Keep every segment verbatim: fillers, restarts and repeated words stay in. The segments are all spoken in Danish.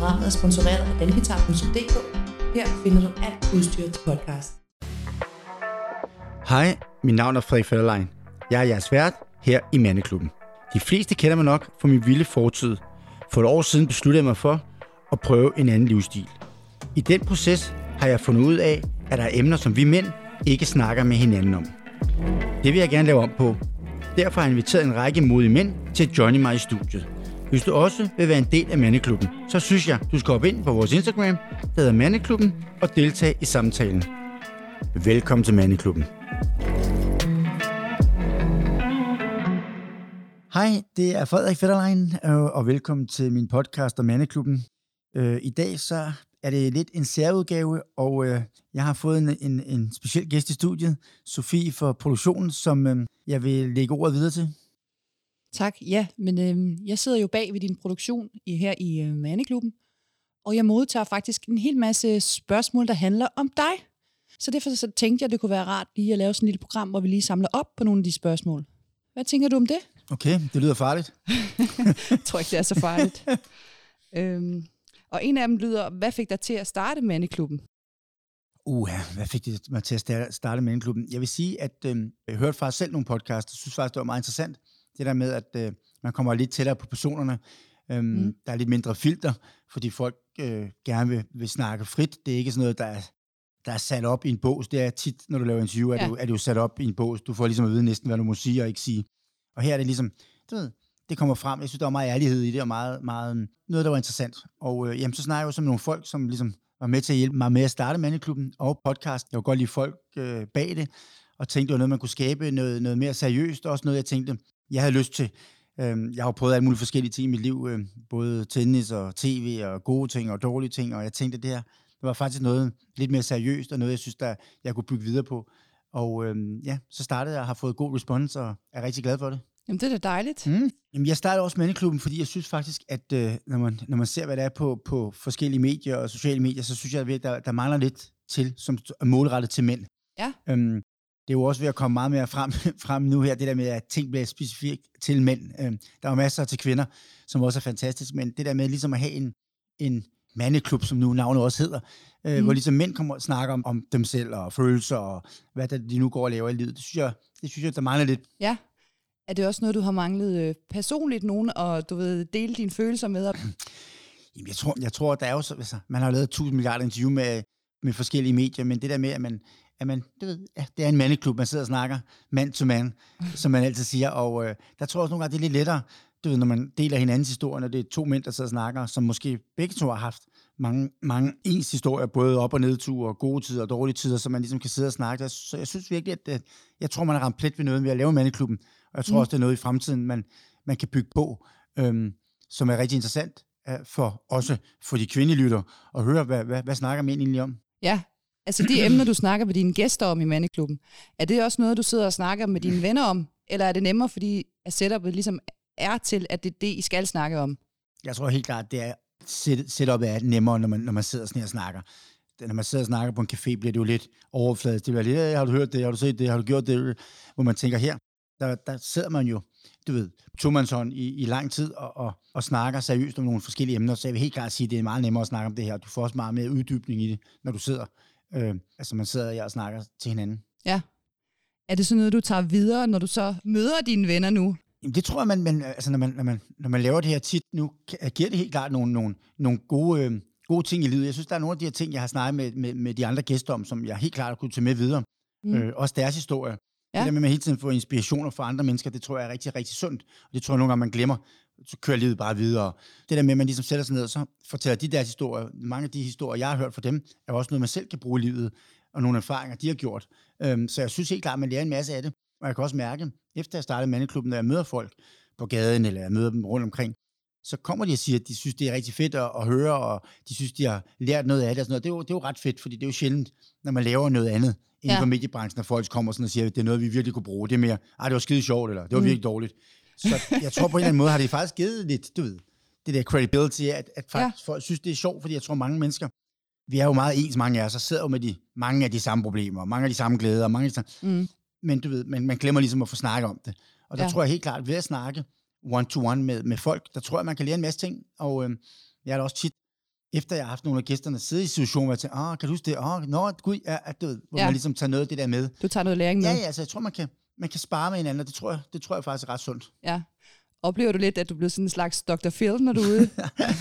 Programmet er sponsoreret af danguitar punktum d k. Her finder du alt udstyr til podcast. Hej, mit navn er Frederik Fetterlein. Jeg er jeres vært her i Mandeklubben. De fleste kender mig nok for min vilde fortid. For et år siden besluttede jeg mig for at prøve en anden livsstil. I den proces har jeg fundet ud af, at der er emner, som vi mænd ikke snakker med hinanden om. Det vil jeg gerne lave om på. Derfor har jeg inviteret en række modige mænd til at joine mig i studiet. Hvis du også vil være en del af Mandeklubben, så synes jeg, du skal hoppe ind på vores Instagram, der hedder Mandeklubben, og deltage i samtalen. Velkommen til Mandeklubben. Hej, det er Frederik Fetterlein, og velkommen til min podcast om Mandeklubben. I dag så er det lidt en særudgave, og jeg har fået en, en, en speciel gæst i studiet, Sofie fra produktionen, som jeg vil lægge ordet videre til. Tak, ja, men øh, jeg sidder jo bag ved din produktion i, her i øh, Mandeklubben, og jeg modtager faktisk en hel masse spørgsmål, der handler om dig. Så derfor så tænkte jeg, det kunne være rart lige at lave sådan et lille program, hvor vi lige samler op på nogle af de spørgsmål. Hvad tænker du om det? Okay, det lyder farligt. Jeg tror ikke, det er så farligt. øhm, og en af dem lyder, hvad fik dig til at starte Mandeklubben? Uha, hvad fik det mig til at starte Mandeklubben? Jeg vil sige, at øh, jeg hørte faktisk selv nogle podcasts, jeg synes faktisk, det var meget interessant. Det der med, at øh, man kommer lidt tættere på personerne. Øhm, mm. Der er lidt mindre filter, fordi folk øh, gerne vil, vil snakke frit. Det er ikke sådan noget, der er, der er sat op i en bås. Det er tit, når du laver interview, ja. er, du, er det jo sat op i en bås. Du får ligesom at vide næsten, hvad du må sige og ikke sige. Og her er det ligesom, du ved, det kommer frem. Jeg synes, der var meget ærlighed i det, og meget, meget, noget, der var interessant. Og øh, jamen, så snakker jeg jo som nogle folk, som ligesom var med til at hjælpe mig med at starte Mandeklubben og podcast. Jeg var godt lide folk øh, bag det, og tænkte, det var noget, man kunne skabe, noget, noget mere seriøst. Også noget, jeg tænkte, jeg havde lyst til. Jeg har jo prøvet alle mulige forskellige ting i mit liv, både tennis og tv og gode ting og dårlige ting, og jeg tænkte, at det her det var faktisk noget lidt mere seriøst, og noget, jeg synes, der jeg kunne bygge videre på. Og øhm, ja, så startede jeg og har fået god respons, og er rigtig glad for det. Jamen, det er da dejligt. Mm. Jamen, jeg startede også med Mandeklubben, fordi jeg synes faktisk, at øh, når, man, når man ser, hvad der er på, på forskellige medier og sociale medier, så synes jeg, at der, der mangler lidt til, som er målrettet til mænd. Ja. Øhm, Det er jo også ved at komme meget mere frem, frem nu her, det der med, at ting bliver specifikt til mænd. Der er masser til kvinder, som også er fantastisk, men det der med ligesom at have en, en mandeklub, som nu navnet også hedder, mm. hvor ligesom mænd kommer og snakker om, om dem selv og følelser og hvad der, de nu går og laver i livet. Det synes jeg, det synes jeg der mangler lidt. Ja. Er det også noget, du har manglet øh, personligt nogen, og du ved, dele dine følelser med? Jamen, jeg tror, jeg tror, der er jo så, altså, man har lavet tusind milliarder interview med, med forskellige medier, men det der med, at man at man, det, ved, ja, det er en mandeklub, man sidder og snakker man to man, som man altid siger, og øh, der tror jeg også nogle gange, det er lidt lettere, du ved, når man deler hinandens historier, når det er to mænd, der sidder og snakker, som måske begge to har haft mange, mange ens historier, både op- og nedture, og gode tider og dårlige tider, så man ligesom kan sidde og snakke. Så jeg synes virkelig, at, at jeg tror, man har ramt plet ved noget ved at lave mandeklubben, og jeg tror mm. også, det er noget i fremtiden, man, man kan bygge på, øhm, som er rigtig interessant øh, for også for de kvindelige lytter, at høre, hvad, hvad, hvad snakker mænd egentlig om? Ja. Altså de emner, du snakker med dine gæster om i Mandeklubben, er det også noget, du sidder og snakker med dine venner om? Eller er det nemmere, fordi at setupet ligesom er til, at det er det, I skal snakke om? Jeg tror helt klart, det er setupet er nemmere, når man, når man sidder sådan her og snakker. Når man sidder og snakker på en café, bliver det jo lidt overfladisk. Det bliver lidt, har du hørt det, har du set det, har du gjort det? Hvor man tænker her, der, der sidder man jo, du ved, tomandshånd i, i lang tid og, og, og snakker seriøst om nogle forskellige emner. Så jeg vil helt klart sige, at det er meget nemmere at snakke om det her. Du får også meget mere uddybning i det, når du sidder. Øh, altså man sidder og, og snakker til hinanden. Ja. Er det sådan noget, du tager videre, når du så møder dine venner nu? Jamen, det tror jeg, man, man, altså, når, man, når, man, når man laver det her tit nu, giver det helt klart nogle, nogle, nogle gode, øh, gode ting i livet. Jeg synes, der er nogle af de her ting, jeg har snakket med, med, med de andre gæster om, som jeg helt klart har kunnet tage med videre. Mm. Øh, også deres historie. Ja. Det der med, at man hele tiden får inspirationer fra andre mennesker, det tror jeg er rigtig, rigtig sundt. Og det tror jeg nogle gange, man glemmer. Så kører livet bare videre. Det der med, at man ligesom sætter sig ned, og så fortæller de deres historier. Mange af de historier, jeg har hørt fra dem, er også noget, man selv kan bruge i livet, og nogle erfaringer, de har gjort. Øhm, så jeg synes helt klart, at man lærer en masse af det. Og jeg kan også mærke, efter jeg startede Mandeklubben, når jeg møder folk på gaden, eller jeg møder dem rundt omkring, så kommer de og siger, at de synes, det er rigtig fedt at, at høre, og de synes, de har lært noget af det. Og sådan noget. Det, er jo, det er jo ret fedt, fordi det er jo sjældent, når man laver noget andet inden for ja. mediebranchen, når folk kommer sådan og siger, at det er noget, vi virkelig kunne bruge. Det er mere, ej, det var skide sjovt, eller det var mm. virkelig dårligt. Så jeg tror på en eller anden måde, har det faktisk givet lidt, du ved, det der credibility, at, at faktisk ja. folk synes, det er sjovt, fordi jeg tror, mange mennesker, vi er jo meget ens, mange af os, og sidder jo med de, mange af de samme problemer, mange af de samme glæder, mange af de samme, mm. men du ved, man, man glemmer ligesom at få snakket om det. Og der ja. tror jeg helt klart, at ved at snakke one-to-one med, med folk, der tror jeg, man kan lære en masse ting, og øh, jeg er da også tit efter jeg har haft nogle af gæsterne sidde i situationen, hvor jeg tænker, åh, kan du huske det? Åh, nå, gud, ja, at du ved, hvor Ja. man ligesom tager noget af det der med. Du tager noget læring med. Ja, ja, altså jeg tror, man kan, man kan spare med hinanden, og det tror jeg, det tror jeg faktisk er ret sundt. Ja. Oplever du lidt, at du bliver sådan en slags doktor Phil, når du er ude?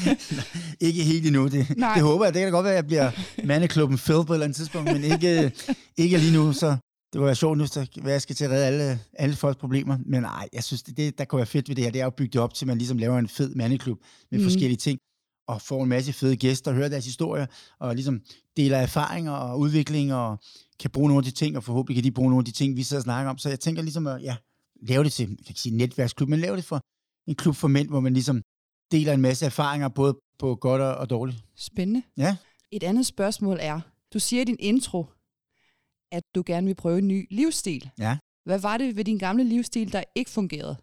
Ikke helt endnu. Det, det håber jeg. Det kan da godt være, at jeg bliver mandeklubben Phil på et eller andet tidspunkt, men ikke, ikke lige nu. Så det kunne være sjovt nu, så jeg skal til at redde alle, alle folks problemer. Men nej, jeg synes, det, det der kunne være fedt ved det her, det er at bygge det op til, at man ligesom laver en fed mandeklub med mm. forskellige ting, og får en masse fede gæster, og hører deres historier, og ligesom deler erfaringer og udvikling, og kan bruge nogle af de ting, og forhåbentlig kan de bruge nogle af de ting, vi sidder og snakker om. Så jeg tænker ligesom at ja, lave det til, jeg kan ikke sige netværksklub, men lave det for en klub for mænd, hvor man ligesom deler en masse erfaringer, både på godt og dårligt. Spændende. Ja. Et andet spørgsmål er, du siger i din intro, at du gerne vil prøve en ny livsstil. Ja. Hvad var det ved din gamle livsstil, der ikke fungerede?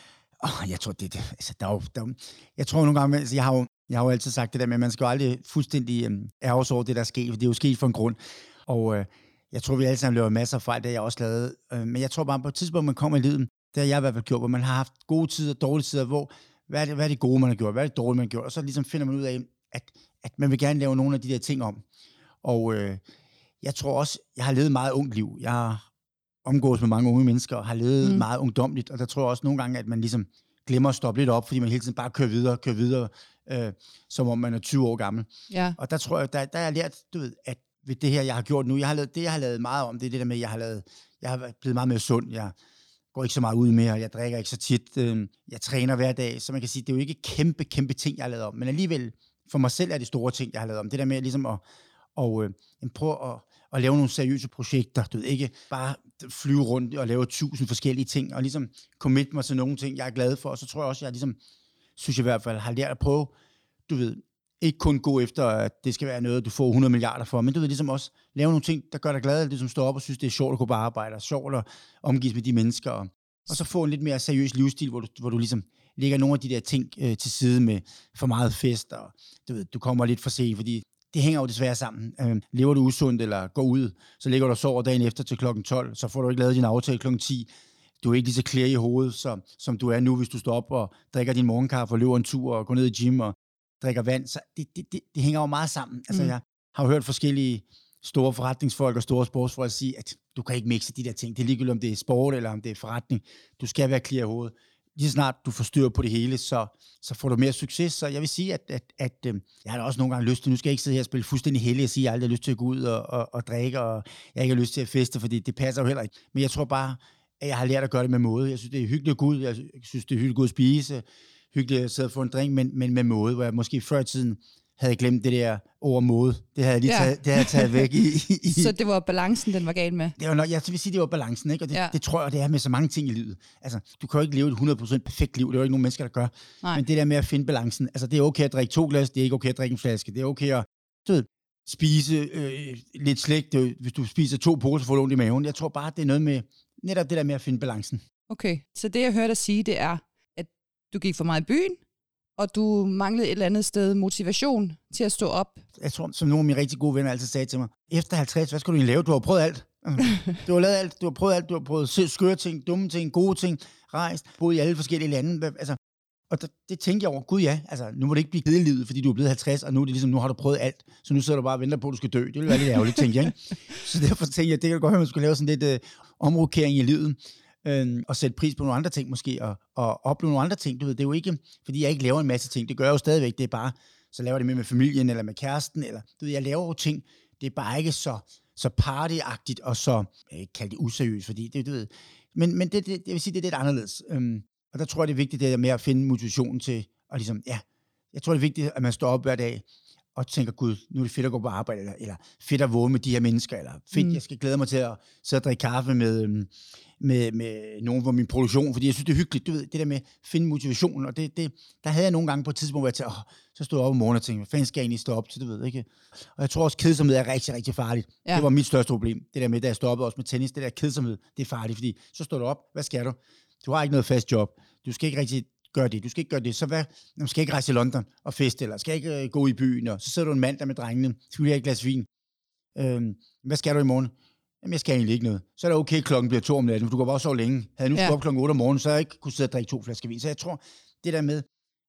Oh, jeg tror, det, det altså, der er jo, der er, jeg tror nogle gange, altså, jeg har jo, jeg har jo altid sagt det der med, at man skal jo aldrig fuldstændig øhm, ærges over det, der er sket, for det er jo sket for en grund. Og øh, jeg tror, vi alle sammen laver masser af fejl, det har jeg også lavet. Øh, men jeg tror bare, på et tidspunkt, man kommer i livet, det har jeg i hvert fald gjort, hvor man har haft gode tider og dårlige tider, hvor, hvad er, det, hvad er det gode, man har gjort, hvad er det dårlige, man har gjort, og så ligesom finder man ud af, at, at man vil gerne lave nogle af de der ting om. Og øh, jeg tror også, jeg har levet meget ungt liv. Jeg har omgås med mange unge mennesker, og har levet mm. meget ungdomligt, og der tror jeg også nogle gange, at man ligesom glemmer at stoppe lidt op, fordi man hele tiden bare kører videre, kører videre, øh, som om man er tyve år gammel. Ja. Og der tror jeg, der, der har jeg lært, du ved, at ved det her, jeg har gjort nu, jeg har lavet, det, jeg har lavet meget om, det er det der med, jeg har lavet, jeg har blevet meget mere sund, jeg går ikke så meget ud mere, jeg drikker ikke så tit, øh, jeg træner hver dag, så man kan sige, det er jo ikke kæmpe, kæmpe ting, jeg har lavet om, men alligevel, for mig selv er det store ting, jeg har lavet om. Det der med ligesom at, og, øh, prøve at, at lave nogle seriøse projekter, du ved, ikke bare flyve rundt og lave tusind forskellige ting, og ligesom commit mig til nogle ting, jeg er glad for, og så tror jeg også, jeg ligesom, synes jeg i hvert fald, har lært at prøve, du ved, ikke kun gå efter, at det skal være noget, du får hundrede milliarder for, men du ved ligesom også lave nogle ting, der gør dig glad, ligesom stå op og synes, det er sjovt at gå på arbejde, og sjovt at omgives med de mennesker, og, og så få en lidt mere seriøs livsstil, hvor du, hvor du ligesom lægger nogle af de der ting øh, til side med for meget fest, og du ved, du kommer lidt for sent, fordi det hænger jo desværre sammen. Øh, lever du usundt eller går ud, så ligger du og sover dagen efter til klokken tolv, så får du ikke lavet din aftale klokken ti. Du er ikke lige så clear i hovedet, så, som du er nu, hvis du står op og drikker din morgenkaffe og løber en tur og går ned i gym og drikker vand. Så det, det, det, det hænger jo meget sammen. Altså, mm. jeg har jo hørt forskellige store forretningsfolk og store sportsfolk sige, at du kan ikke mixe de der ting. Det er ligegyldigt, om det er sport eller om det er forretning. Du skal være clear i hovedet. Lige snart du får styr på det hele, så, så får du mere succes. Så jeg vil sige, at, at, at øh, jeg har også nogle gange lyst til, nu skal jeg ikke sidde her og spille fuldstændig heldig og sige, at jeg aldrig har lyst til at gå ud og, og, og drikke, og jeg ikke har lyst til at feste, fordi det passer jo heller ikke. Men jeg tror bare, at jeg har lært at gøre det med måde. Jeg synes, det er hyggeligt at gå ud, jeg synes, det er hyggeligt at gå ud og spise, hyggeligt at sidde og få en drink, men, men med måde, hvor jeg måske før i tiden havde glemt det der ord mode. Det havde jeg lige taget, ja. det havde jeg taget væk i, i. Så det var balancen, den var galt med? Det var nok, jeg vil sige, det var balancen, ikke? Og det, ja. det tror jeg, det er med så mange ting i livet. Altså, du kan jo ikke leve et hundrede procent perfekt liv, det er jo ikke nogen mennesker, der gør. Nej. Men det der med at finde balancen, altså det er okay at drikke to glas, det er ikke okay at drikke en flaske, det er okay at du ved, spise øh, lidt slik, det, hvis du spiser to poser, får du ondt i maven. Jeg tror bare, det er noget med, netop det der med at finde balancen. Okay, så det jeg hørte dig sige, det er, at du gik for meget i byen, og du manglede et eller andet sted motivation til at stå op. Jeg tror, som nogle af mine rigtig gode venner altid sagde til mig, efter halvtreds, hvad skal du egentlig lave? Du har prøvet alt. Du har lavet alt, du har prøvet alt, du har prøvet skøre ting, dumme ting, gode ting, rejst, boet i alle forskellige lande. Altså, og det, det tænkte jeg over, gud ja, altså, nu må det ikke blive kedeligt i livet, fordi du er blevet halvtreds, og nu, er det ligesom, nu har du prøvet alt, så nu sidder du bare og venter på, at du skal dø. Det ville være lidt ærgerligt, tænkte jeg. Ikke? Så derfor tænkte jeg, det kan godt høre, at man skulle lave sådan lidt øh, omrokering i livet, øh, og sætte pris på nogle andre ting måske, og, og opleve nogle andre ting. Du ved, det er jo ikke, fordi jeg ikke laver en masse ting, det gør jeg jo stadigvæk, det er bare, så laver jeg det med med familien, eller med kæresten, eller du ved, jeg laver jo ting, det er bare ikke så, så partyagtigt, og så, jeg ikke kalde det useriøst, fordi det, du ved, men, men det, det, jeg vil sige, det er lidt anderledes. Øhm, Og der tror jeg, det er vigtigt det med at finde motivationen til, og ligesom, ja, jeg tror, det er vigtigt, at man står op hver dag og tænker, gud, nu er det fedt at gå på arbejde, eller, eller fedt at våge med de her mennesker, eller fedt, mm. jeg skal glæde mig til at sidde og drikke kaffe med, med, med nogen på min produktion, fordi jeg synes, det er hyggeligt, du ved, det der med at finde motivationen, og det, det, der havde jeg nogle gange på et tidspunkt, hvor jeg tænkte, åh, så stod jeg op om morgenen og tænkte, hvad fanden skal jeg egentlig stå op til, du ved, ikke? Og jeg tror også, kedsomhed er rigtig, rigtig farligt. Ja. Det var mit største problem, det der med, da jeg stoppede også med tennis, det der kedsomhed, det er farligt, fordi så står du op, hvad skal du? Du har ikke noget fast job. Du skal ikke rigtig gøre det. Du skal ikke gøre det. Så hvad? Du skal ikke rejse til London og feste, eller skal ikke uh, gå i byen, og så sidder du en mand der med drengene. Skal vi have et glas vin? Øhm, hvad skal du i morgen? Jamen, jeg skal egentlig ikke noget. Så er det okay, klokken bliver to om natten, for du går bare så længe. Havde jeg nu ja. stået op klokken otte om morgenen, så havde jeg ikke kunne sidde og drikke to flasker vin. Så jeg tror, det der med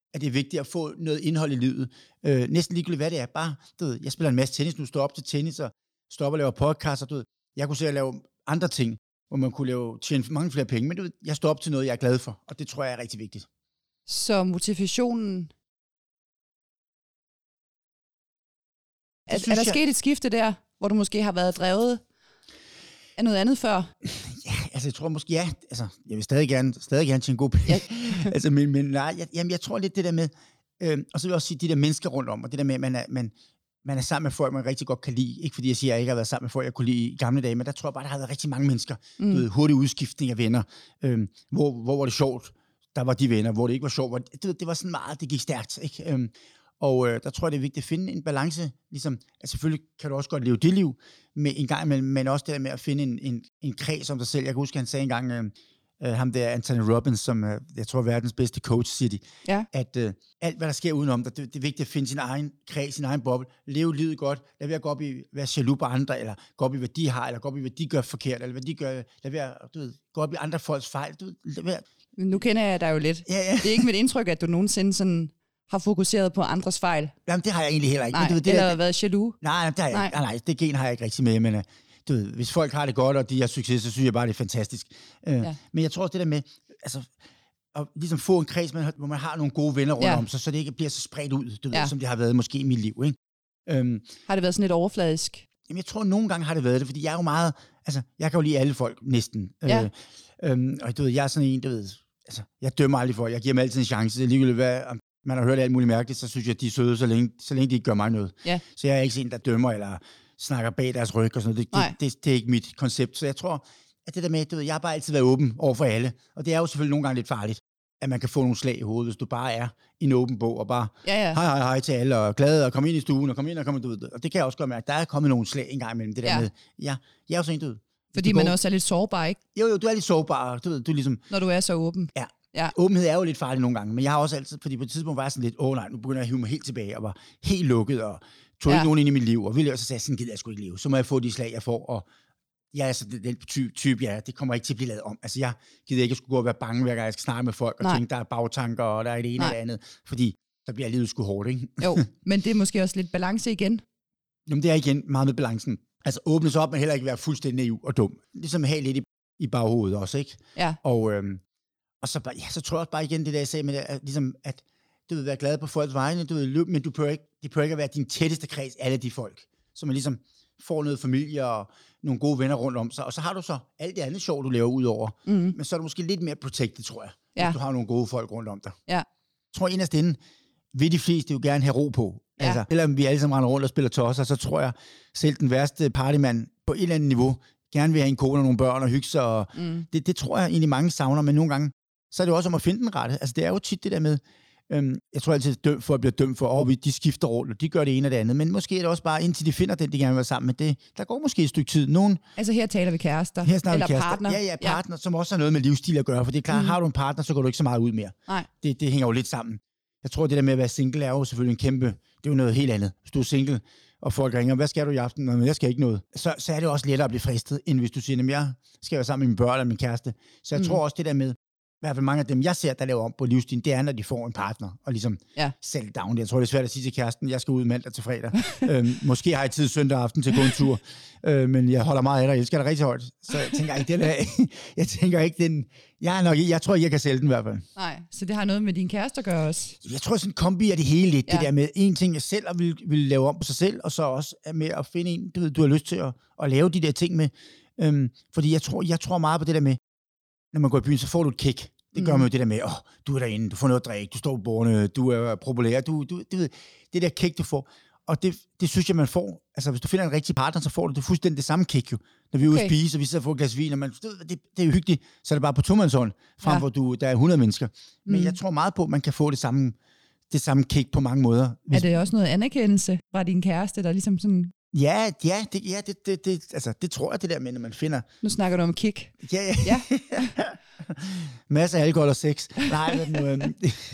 at det er vigtigt at få noget indhold i livet. Øh, næsten ligegyldigt, hvad det er. Bare, du ved, jeg spiller en masse tennis, nu står op til tennis, og står op og laver podcasts, og du ved, jeg kunne se at lave andre ting, hvor man kunne lave, tjene mange flere penge, men du ved, jeg står op til noget, jeg er glad for, og det tror jeg er rigtig vigtigt. Så motivationen... Er, er der jeg... sket et skifte der, hvor du måske har været drevet af noget andet før? Ja, altså jeg tror måske, ja, altså jeg vil stadig gerne, stadig gerne tjene god penge. Ja. altså, men, men nej, jeg, jamen jeg tror lidt det der med, øh, og så vil jeg også sige, de der mennesker rundt om, og det der med, at man er, man, man er sammen med folk, man rigtig godt kan lide. Ikke fordi jeg siger, at jeg ikke har været sammen med folk, jeg kunne lide i gamle dage, men der tror jeg bare, der har været rigtig mange mennesker. Mm. Du ved, hurtig udskiftning af venner. Øh, hvor, hvor var det sjovt, der var de venner. Hvor det ikke var sjovt, hvor, det, det var sådan meget, det gik stærkt. Ikke? Øh, Og øh, der tror jeg, det er vigtigt at finde en balance. Ligesom, altså selvfølgelig kan du også godt leve det liv, med en gang imellem, men også det der med at finde en, en, en kreds om dig selv. Jeg kan huske, han sagde engang, øh, øh, ham der Anthony Robbins, som øh, jeg tror er verdens bedste coach, siger de, ja. at øh, alt, hvad der sker udenom dig, det, det er vigtigt at finde sin egen kreds, sin egen boble. Leve livet godt. Lad være at gå op i, være jaloux på andre, eller gå op i, hvad de har, eller gå op i, hvad de gør forkert, eller hvad de gør. Lad være, du ved, gå op i andre folks fejl. Du ved, lad være. Nu kender jeg dig jo lidt. Ja, ja. Det er ikke mit indtryk, at du nogensinde sådan har fokuseret på andres fejl. Jamen, det har jeg egentlig heller ikke. Nej, men, du ved, det eller der, været jaloux. Nej, det har jeg, nej. Nej, nej, det gen har jeg ikke rigtig med, men uh, du ved, hvis folk har det godt, og de har succes, så synes jeg bare, det er fantastisk. Uh, ja. Men jeg tror også det der med, altså, at ligesom få en kreds, hvor man har nogle gode venner rundt ja. om sig, så det ikke bliver så spredt ud, du ja. ved, som det har været måske i mit liv. Ikke? Um, har det været sådan lidt overfladisk? Jamen, jeg tror, at nogle gange har det været det, fordi jeg er jo meget, altså, jeg kan jo lide alle folk, næsten. Ja. Uh, um, og du ved, jeg er sådan en, du ved, altså, jeg dømmer aldrig folk, jeg giver dem altid en chance, ligegyldigt hvad, man har hørt alt muligt mærkeligt, så synes jeg, at de er søde, så længe, så længe de ikke gør mig noget. Ja. Så jeg er ikke en, der dømmer eller snakker bag deres ryg og sådan noget. Det, det, det, det er ikke mit koncept. Så jeg tror, at det der med, du ved, jeg har bare altid været åben over for alle. Og det er jo selvfølgelig nogle gange lidt farligt, at man kan få nogle slag i hovedet, hvis du bare er i en åben bog og bare ja, ja. hej, hej, hej til alle, og glad og komme ind i stuen, og komme ind og komme ud. Og det kan jeg også godt mærke, der er kommet nogle slag en gang imellem. Det der ja. med, ja, jeg er jo sådan en, du ved. Fordi man går, også er lidt sårbar, ikke? Jo, jo, du er lidt sårbar. Du ved, du ligesom, når du er så åben. Ja. Ja. Åbenhed er jo lidt farlig nogle gange, men jeg har også altid, fordi på et tidspunkt var jeg sådan lidt, åh nej, nu begynder jeg at hive mig helt tilbage, og var helt lukket, og tog ja. ikke nogen ind i mit liv, og ville også sige, sådan gider jeg sgu ikke leve, så må jeg få de slag, jeg får, og jeg er så den type, type ja, det kommer ikke til at blive lavet om. Altså jeg gider ikke at skulle gå og være bange, hver gang jeg skal snakke med folk, og nej. tænke, der er bagtanker, og der er det ene eller andet, fordi der bliver livet sgu hårdt, ikke? Jo, men det er måske også lidt balance igen. Jamen det er igen meget med balancen. Altså åbne sig op, men heller ikke være fuldstændig naiv og dum. Ligesom have lidt i, i baghovedet også, ikke? Ja. Og øhm, Og så, ja, så tror jeg også bare igen det der, jeg sagde med det, at, ligesom, at du vil være glad på folks vegne, du vil løbe, men du prøver ikke, de prøver ikke at være din tætteste kreds, alle de folk. Så man ligesom får noget familie og nogle gode venner rundt om sig. Og så har du så alt det andet sjov, du laver ud over. Mm. Men så er du måske lidt mere protected, tror jeg, ja. hvis du har nogle gode folk rundt om dig. Ja. Jeg tror inderst inden, vil de fleste jo gerne have ro på. Ja. Altså, selvom vi alle sammen render rundt og spiller tosser, så tror jeg, selv den værste partymand på et eller andet niveau, gerne vil have en kone og nogle børn og hygge sig. Og mm. det, det tror jeg egentlig mange savner, men nogle gange så er det også om at finde den rette. Altså, det er jo tit det der med, øhm, jeg tror altid, at folk bliver dømt for, at de skifter rundt, og de gør det ene og det andet. Men måske er det også bare, indtil de finder den, de gerne vil være sammen med. Det, der går måske et stykke tid. Nogen, altså her taler vi kærester, her eller vi kærester. partner. Ja, ja, partner, ja. som også har noget med livsstil at gøre. For det er klart, mm. har du en partner, så går du ikke så meget ud mere. Nej. Det, det hænger jo lidt sammen. Jeg tror, det der med at være single er jo selvfølgelig en kæmpe, det er jo noget helt andet. Hvis du er single, og folk ringer, hvad skal du i aften? Nå, men jeg skal ikke noget. Så, så er det også lettere at blive fristet, end hvis du siger, at jeg skal være sammen med min børn eller min kæreste. Så jeg mm. tror også det der med, i hvert fald mange af dem, jeg ser, der laver om på livsstilen, det er, når de får en partner, og ligesom ja. settle down. Jeg tror, det er svært at sige til kæresten, jeg skal ud mandag til fredag. øhm, måske har jeg tid søndag aften til at gå en tur, øh, men jeg holder meget af dig, jeg elsker dig rigtig højt. Så jeg tænker ikke, den er, jeg tænker ikke, den, jeg, er nok, jeg tror ikke, jeg kan sælge den i hvert fald. Nej, så det har noget med din kæreste at gøre også? Jeg tror, sådan en kombi er det hele lidt, ja. det der med en ting, jeg selv vil, vil lave om på sig selv, og så også med at finde en, du, ved, du har lyst til at, at lave de der ting med. Øhm, fordi jeg tror, jeg tror meget på det der med, når man går i byen, så får du et kick. Det gør man jo det der med, åh, oh, du er derinde, du får noget at drikke, du står på bordene, du er populær, du, du, det, ved, det der kick, du får. Og det, det synes jeg, man får. Altså, hvis du finder en rigtig partner, så får du det fuldstændig det samme kick jo. Når vi er ude okay. at spise, og vi sidder og får et glas vin, og man, det, det er jo hyggeligt, så er det bare på tomandshånd, frem ja. hvor du, der er hundrede mennesker. Men mm. jeg tror meget på, at man kan få det samme, det samme kick på mange måder. Hvis... Er det også noget anerkendelse fra din kæreste, der ligesom sådan... Ja, ja, det, ja det, det, det, altså, det tror jeg, det der med, når man finder... Nu snakker du om kick. Ja, ja. ja. Masser af alkohol og sex. Nej, men, nu, øhm,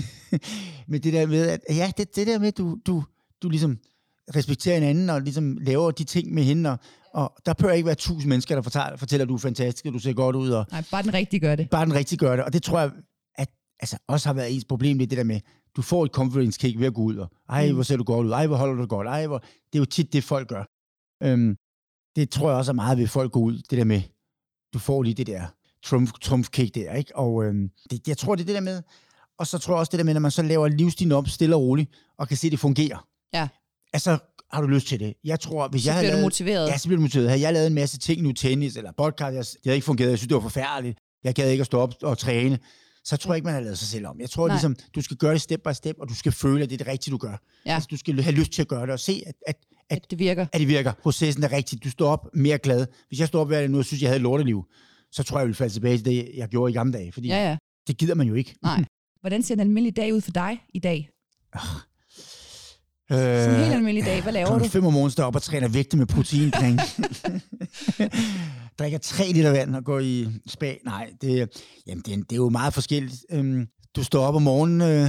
men det der med, at ja, det, det der med, du, du, du ligesom respekterer hinanden, og ligesom laver de ting med hende, og, og der bør ikke være tusind mennesker, der fortæller, fortæller, at du er fantastisk, og du ser godt ud. Og, nej, bare den rigtige gør det. Bare den rigtige gør det, og det tror jeg, at altså, også har været ens problem, det, det der med, du får et confidence kick ved at gå ud, og ej, hvor ser du godt ud, ej, hvor holder du godt, ej, hvor... Det er jo tit det, folk gør. Øhm, det tror jeg også er meget ved, folk går ud, det der med, du får lige det der trumf, trumf kick der, ikke? Og øhm, det, jeg tror, det er det der med, og så tror jeg også det der med, når man så laver livsstilen op, stille og roligt, og kan se, det fungerer. Ja. Altså, har du lyst til det? Jeg tror, hvis så jeg havde bliver du lavet, motiveret. Ja, så bliver du motiveret. Havde jeg lavet en masse ting nu, tennis eller podcast, jeg, det havde ikke fungeret, jeg synes, det var forfærdeligt, jeg gad ikke at stå op og træne, så tror jeg ikke, man har lavet sig selv om. Jeg tror Nej. ligesom, du skal gøre det step by step, og du skal føle, at det er det rigtige, du gør. Ja. Altså, du skal have lyst til at gøre det, og se, at, at, at, at det virker. At det virker. Processen er rigtig. Du står op mere glad. Hvis jeg står op hver dag nu og synes, jeg havde et lorteliv, så tror jeg, jeg vil falde tilbage til det, jeg gjorde i gamle dage. Fordi ja, ja. det gider man jo ikke. Nej. Hvordan ser en almindelig dag ud for dig i dag? Øh, Sådan en helt almindelig dag. Hvad laver du? fem om morgenen står op og træner vægte med proteindrink. Drikker tre liter vand og går i spa. Nej, det, jamen, det, det er jo meget forskelligt. Øhm, du står op om morgenen. Øh,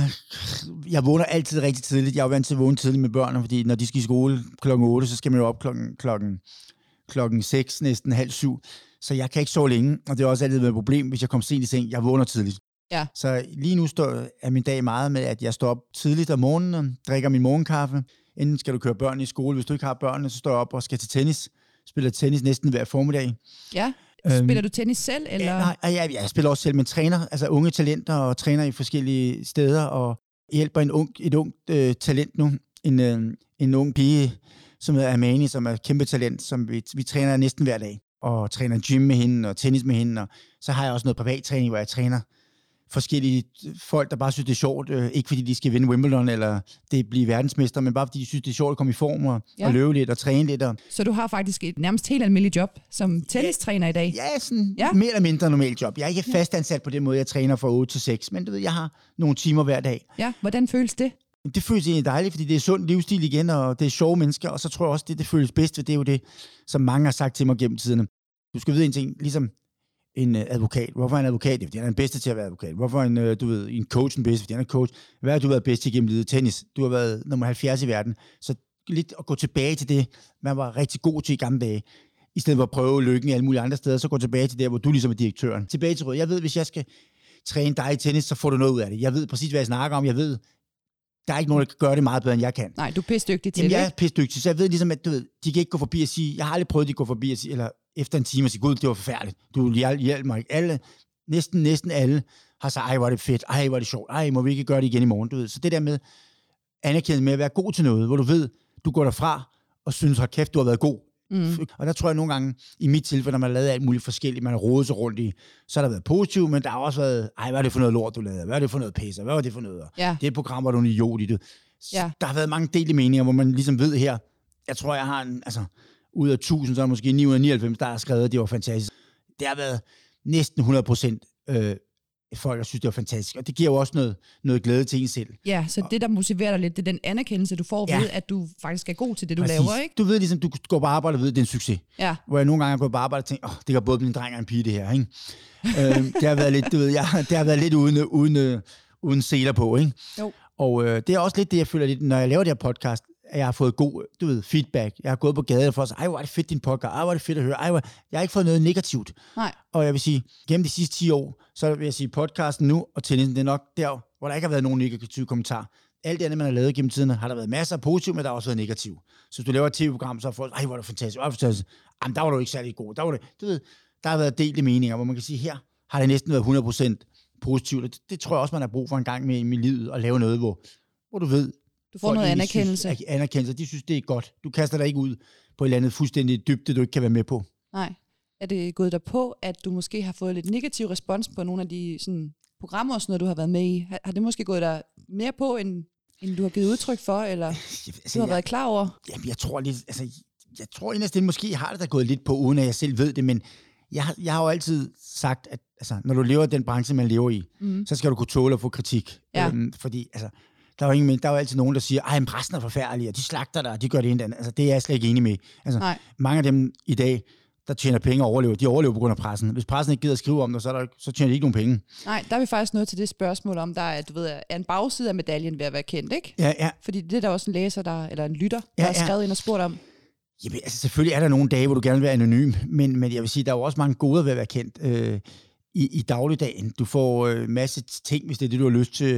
jeg vågner altid rigtig tidligt. Jeg er jo vant til at vågne tidligt med børnene, fordi når de skal i skole klokken otte, så skal man jo op klokken, klokken, klokken seks, næsten halv syv. Så jeg kan ikke sove længe, og det er også altid et problem, hvis jeg kommer sent i seng. Jeg vågner tidligt. Ja. Så lige nu står, er min dag meget med, at jeg står op tidligt om morgenen og drikker min morgenkaffe. Enten skal du køre børn i skole. Hvis du ikke har børnene, så står jeg op og skal til tennis. Spiller tennis næsten hver formiddag. Ja. Spiller du tennis selv? Eller? Ja, nej, jeg, jeg spiller også selv, men træner altså unge talenter og træner i forskellige steder og hjælper en ung, et ungt øh, talent nu. En, øh, en ung pige, som hedder Amani, som er kæmpe talent, som vi, vi træner næsten hver dag. Og træner gym med hende og tennis med hende. Og så har jeg også noget privattræning, hvor jeg træner forskellige folk, der bare synes, det er sjovt. Øh, ikke fordi de skal vinde Wimbledon eller det blive verdensmester, men bare fordi de synes, det er sjovt at komme i form og, ja. og løbe lidt og træne lidt. Og... Så du har faktisk et nærmest helt almindeligt job som tennistræner ja, i dag? Ja, sådan ja. mere eller mindre normalt job. Jeg er ikke fastansat på den måde, jeg træner fra otte til seks, men du ved, jeg har nogle timer hver dag. Ja, hvordan føles det? Det føles egentlig dejligt, fordi det er sund livsstil igen, og det er sjove mennesker, og så tror jeg også, det, det føles bedst, for det er jo det, som mange har sagt til mig gennem tiderne. Du skal vide en ting, ligesom en advokat. Hvorfor er en advokat? Fordi han er den bedste til at være advokat. Hvorfor er en, du ved, en coach den bedste? Fordi han er coach. Hvad har du været bedst til gennem livet? Tennis. Du har været nummer halvfjerds i verden. Så lidt at gå tilbage til det, man var rigtig god til i gamle dage. I stedet for at prøve lykken i alle mulige andre steder, så gå tilbage til der, hvor du ligesom er direktøren. Tilbage til råd. Jeg ved, hvis jeg skal træne dig i tennis, så får du noget ud af det. Jeg ved præcis, hvad jeg snakker om. Jeg ved, der er ikke nogen, der kan gøre det meget bedre, end jeg kan. Nej, du er pisdygtig til Jamen, det. jeg er pisdygtig, så jeg ved ligesom, at du ved, de kan ikke gå forbi og sige, jeg har aldrig prøvet, at de går forbi og sige, eller efter en time og sige, gud, det var forfærdeligt. Du hjælper mig ikke. Alle, næsten, næsten alle har sagt, ej, hvor er det fedt, ej, hvor er det sjovt, ej, må vi ikke gøre det igen i morgen, du ved. Så det der med anerkendelse med at være god til noget, hvor du ved, du går derfra og synes, hold kæft, du har været god. Mm. Og der tror jeg nogle gange, i mit tilfælde, når man har lavet alt muligt forskelligt, man har rodet sig rundt i, så har der været positivt, men der har også været, ej, hvad er det for noget lort, du lavede? Hvad er det for noget pisser? Hvad var det for noget? Ja. Det program, hvor du er en idiot i det. Ja. Der har været mange delte meninger, hvor man ligesom ved her, jeg tror, jeg har en, altså, ud af tusind, så er der måske ni hundrede og nioghalvfems, der har skrevet, at det var fantastisk. Det har været næsten hundrede procent øh, folk, der synes, det var fantastisk. Og det giver jo også noget, noget glæde til en selv. Ja, så og, det, der motiverer dig lidt, det er den anerkendelse, du får ja. ved, at du faktisk er god til det, du Præcis. laver, ikke? Du ved ligesom, du går på arbejde og ved, at det er en succes. Ja. Hvor jeg nogle gange har gået på arbejde og tænkt, åh, oh, det kan både blive en dreng og en pige, det her, ikke? øh, det har været lidt, du ved, jeg, det har været lidt uden, uden, uden seler på, ikke? Jo. Og øh, det er også lidt det, jeg føler lidt, når jeg laver det her podcast, at jeg har fået god, du ved, feedback. Jeg har gået på gaden for at sige, ej, hvor er det fedt, din podcast, ej, hvor er det fedt at høre, ej, hvor... Jeg har ikke fået noget negativt. Nej. Og jeg vil sige, gennem de sidste ti år, så vil jeg sige, podcasten nu og tennisen, det er nok der, hvor der ikke har været nogen negative kommentarer. Alt det andet, man har lavet gennem tiden, har der været masser af positive, men der har også været negative. Så hvis du laver et tv-program, så har folk, ej, hvor er det fantastisk, hvor er det fantastisk. Jamen, der var du ikke særlig god. Der var det, du ved, der har været delte meninger, hvor man kan sige, her har det næsten været hundrede procent positivt. Det, det tror jeg også, man har brug for en gang med i livet, at lave noget, hvor, hvor du ved, du får noget anerkendelse. Synes, anerkendelse. De synes, det er godt. Du kaster dig ikke ud på et eller andet fuldstændig dybde, du ikke kan være med på. Nej. Er det gået der på, at du måske har fået lidt negativ respons på nogle af de sådan, programmer og sådan noget, du har været med i? Har, har det måske gået der mere på, end, end du har givet udtryk for, eller altså, du har jeg, været klar over? Jamen, jeg tror lidt, altså, jeg tror inderst det måske har det der gået lidt på, uden at jeg selv ved det, men jeg, jeg har jo altid sagt, at altså, når du lever i den branche, man lever i, mm. så skal du kunne tåle at få kritik. Ja. Øhm, fordi, altså, der er jo ingen, der er jo altid nogen, der siger, ej, men pressen er forfærdelig, og de slagter dig, og de gør det ene andet. Altså, det er jeg slet ikke enig med. Altså, mange af dem i dag, der tjener penge og overlever, de overlever på grund af pressen. Hvis pressen ikke gider at skrive om det, så, er der, så tjener de ikke nogen penge. Nej, der er vi faktisk nødt til det spørgsmål om, der er, du ved, er en bagside af medaljen ved at være kendt, ikke? Ja, ja. Fordi det er der også en læser, der, eller en lytter, der ja, har skrevet ja. ind og spurgt om. Jamen, altså selvfølgelig er der nogle dage, hvor du gerne vil være anonym, men, men jeg vil sige, der er jo også mange goder ved at være kendt øh, i, i dagligdagen. Du får en øh, masse ting, hvis det er det, du har lyst til.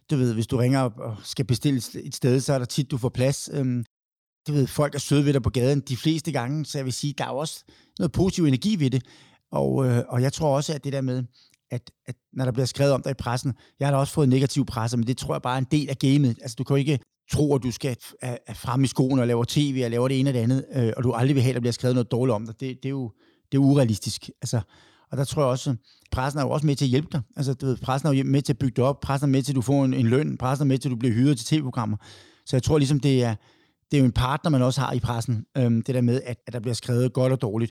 du ved, hvis du ringer op og skal bestille et sted, så er der tit, du får plads. Øhm, du ved, folk er søde ved dig på gaden de fleste gange, så jeg vil sige, der er også noget positiv energi ved det. Og, øh, og jeg tror også, at det der med, at, at når der bliver skrevet om dig i pressen, jeg har da også fået negativ presse, men det tror jeg bare er en del af gamet. Altså, du kan jo ikke tro, at du skal er frem i skoene og lave tv og lave det ene og det andet, øh, og du aldrig vil have, at der bliver skrevet noget dårligt om dig. Det, det, er, jo, det er urealistisk. Altså, og der tror jeg også, pressen er jo også med til at hjælpe dig. Altså, du ved, pressen er jo med til at bygge dig op, pressen er med til, at du får en, en løn, pressen er med til, at du bliver hyret til tv-programmer. Så jeg tror ligesom, det er, det er jo en partner, man også har i pressen, øhm, det der med, at, at der bliver skrevet godt og dårligt.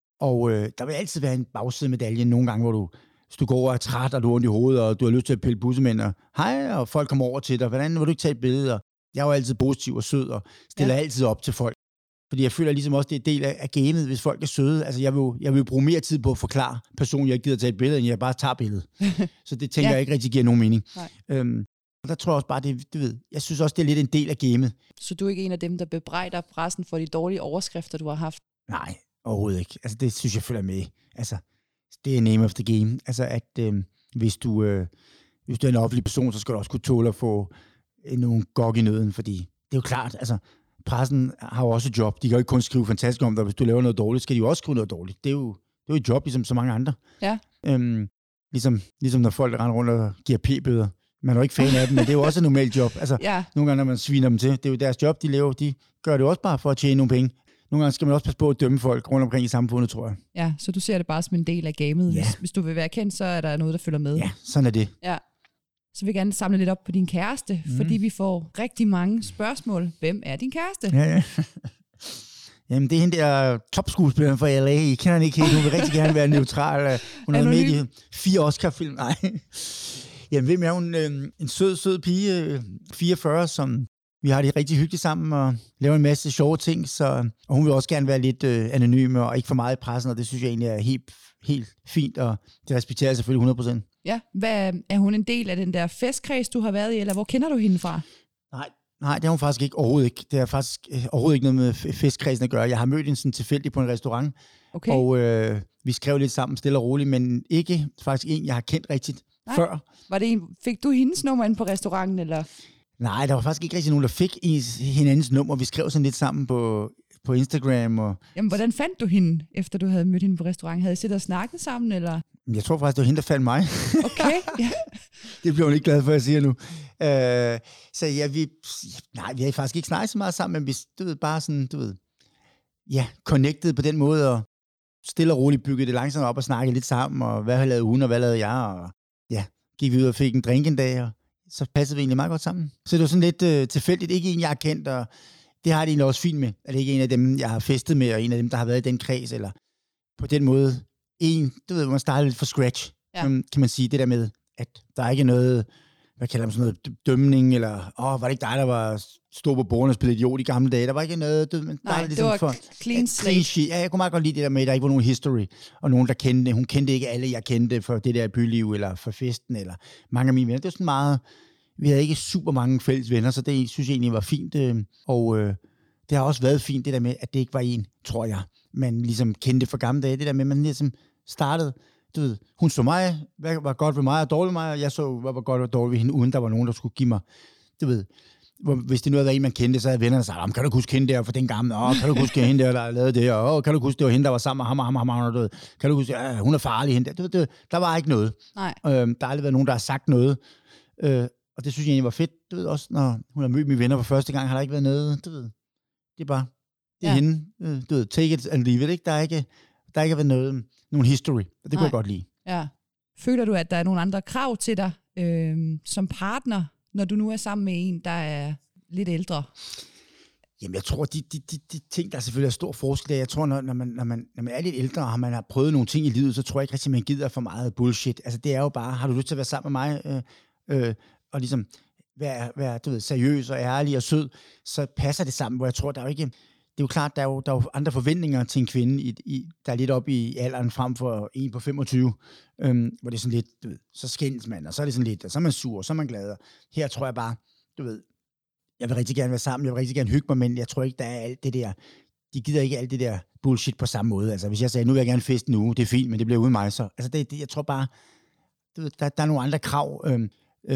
Og øh, der vil altid være en bagside medalje nogle gange, hvor du, hvis du går over og er træt, og du har ondt i hovedet, og du har lyst til at pille bussemænd, og hej, og folk kommer over til dig, hvordan vil du ikke tage et billede? Og jeg er jo altid positiv og sød, og stiller ja. altid op til folk. Fordi jeg føler ligesom også, det er en del af, af gamet, hvis folk er søde. Altså, jeg vil, jeg vil bruge mere tid på at forklare personen, jeg ikke gider tage et billede, end jeg bare tager billedet. Så det tænker ja. jeg ikke rigtig giver nogen mening. Øhm, og der tror jeg også bare, det, du ved, jeg synes også, det er lidt en del af gamet. Så du er ikke en af dem, der bebrejder pressen for de dårlige overskrifter, du har haft? Nej, overhovedet ikke. Altså, det synes jeg følger med. Altså, det er name of the game. Altså, at øh, hvis, du, øh, hvis du er en offentlig person, så skal du også kunne tåle at få øh, nogle gok i nøden, fordi det er jo klart, altså, pressen har jo også et job. De kan jo ikke kun skrive fantastisk om dig. Hvis du laver noget dårligt, skal de jo også skrive noget dårligt. Det er jo, det er jo et job, ligesom så mange andre. Ja. Øhm, ligesom, ligesom når folk render rundt og giver p-bøder. Man er jo ikke fan af dem, men det er jo også et normalt job. Altså, ja. Nogle gange, når man sviner dem til, det er jo deres job, de laver. De gør det også bare for at tjene nogle penge. Nogle gange skal man også passe på at dømme folk rundt omkring i samfundet, tror jeg. Ja, så du ser det bare som en del af gamet. Ja. Hvis, hvis du vil være kendt, så er der noget, der følger med. Ja, sådan er det. Ja. Så vil jeg gerne samle lidt op på din kæreste, mm. fordi vi får rigtig mange spørgsmål. Hvem er din kæreste? Ja, ja. Jamen, det er hende der topskuespilleren fra L A. I kender hende ikke helt. Hun vil rigtig gerne være neutral. Hun har med i fire Oscar-film. Nej. Jamen, hvem er hun? En sød, sød pige, fireogfyrre, som vi har det rigtig hyggeligt sammen og laver en masse sjove ting. Så, og hun vil også gerne være lidt øh, anonym og ikke for meget i pressen, og det synes jeg egentlig er helt, helt fint, og det respekterer jeg selvfølgelig hundrede procent. Ja, hvad, er hun en del af den der festkreds, du har været i, eller hvor kender du hende fra? Nej, nej, det er hun faktisk ikke, overhovedet ikke. Det er faktisk øh, overhovedet ikke noget med festkredsen at gøre. Jeg har mødt hende sådan tilfældigt på en restaurant, okay. og øh, vi skrev lidt sammen stille og roligt, men ikke faktisk en, jeg har kendt rigtigt nej. før. Var det en, fik du hendes nummer ind på restauranten, eller? Nej, der var faktisk ikke rigtig nogen, der fik hinandens nummer. Vi skrev sådan lidt sammen på, på Instagram. Og jamen, hvordan fandt du hende, efter du havde mødt hende på restaurant? Havde I siddet og snakket sammen, eller? Jeg tror faktisk, det var hende, der fandt mig. Okay, ja. Det bliver hun ikke glad for, at jeg siger nu. Uh, så ja, vi, nej, vi har faktisk ikke snakket så meget sammen, men vi, du ved, bare sådan, du ved, ja, connected på den måde, og stille og roligt byggede det langsomt op og snakkede lidt sammen, og hvad lavede hun, og hvad lavede jeg, og ja, gik vi ud og fik en drink en dag, og så passede vi egentlig meget godt sammen. Så det var sådan lidt øh, tilfældigt. Ikke en, jeg har kendt, og det har det egentlig også fint med. At det ikke er en af dem, jeg har festet med, og en af dem, der har været i den kreds, eller på den måde. En, du ved, man starter lidt fra scratch, ja. kan, kan man sige. Det der med, at der er ikke noget, hvad kalder man sådan noget, dømning, eller, åh, oh, var det ikke dig, der var stod på bordene og spillede idiot i gamle dage? Der var ikke noget, du, men nej, det ligesom var for, clean slate. Ja, jeg kunne meget godt lide det der med, at der ikke var nogen history, og nogen, der kendte. Hun kendte ikke alle, jeg kendte for det der byliv, eller for festen, eller mange af mine venner. Det var sådan meget. Vi havde ikke super mange fælles venner, så det synes jeg egentlig var fint. Og øh, det har også været fint, det der med, at det ikke var en, tror jeg, man ligesom kendte for gamle dage. Det der med, at man ligesom startede, du ved, hun så mig, hvad var godt ved mig og dårligt ved mig, og jeg så, hvad var godt og dårligt ved hende, uden der var nogen, der skulle give mig, du ved, hvis det nu havde været en, man kendte, så havde vennerne sagt, kan du huske hende der for den gamle, åh, kan du huske hende der, der lavede det, og kan du huske, det var hende, der var sammen med ham og ham og ham, og ham, kan du huske, ja, hun er farlig, hende der. Det, det, der var ikke noget. Nej. Øhm, der har aldrig været nogen, der har sagt noget. Øh, Og det synes jeg egentlig var fedt, du ved, også når hun har mødt mine venner for første gang, har der ikke været noget, du ved, det er bare, det er ja. hende, du ved, take it and leave it, ikke? Der er ikke, der er ikke været noget, nogen history, og det kunne jeg godt lide. Ja. Føler du, at der er nogle andre krav til dig øh, som partner, når du nu er sammen med en, der er lidt ældre? Jamen, jeg tror, de, de, de, de ting, der selvfølgelig er stor forskel, jeg tror, når, når, man, når, man, når man er lidt ældre, og man har prøvet nogle ting i livet, så tror jeg ikke rigtig, man gider for meget bullshit. Altså, det er jo bare, har du lyst til at være sammen med mig, øh, øh, og ligesom være, være du ved, seriøs og ærlig og sød, så passer det sammen, hvor jeg tror, der er jo ikke, det er jo klart, der er jo, der er jo andre forventninger til en kvinde, i, i, der er lidt oppe i alderen frem for en på femogtyve, øhm, hvor det er sådan lidt, du ved, så skændes man, og så er det sådan lidt, og så er man sur, og så er man glad, og her tror jeg bare, du ved, jeg vil rigtig gerne være sammen, jeg vil rigtig gerne hygge mig, men jeg tror ikke, der er alt det der, de gider ikke alt det der bullshit på samme måde, altså hvis jeg sagde, nu vil jeg gerne feste nu, det er fint, men det bliver uden mig, så, altså det, det jeg tror bare, du ved, der, der er nogle andre krav, øhm, øh,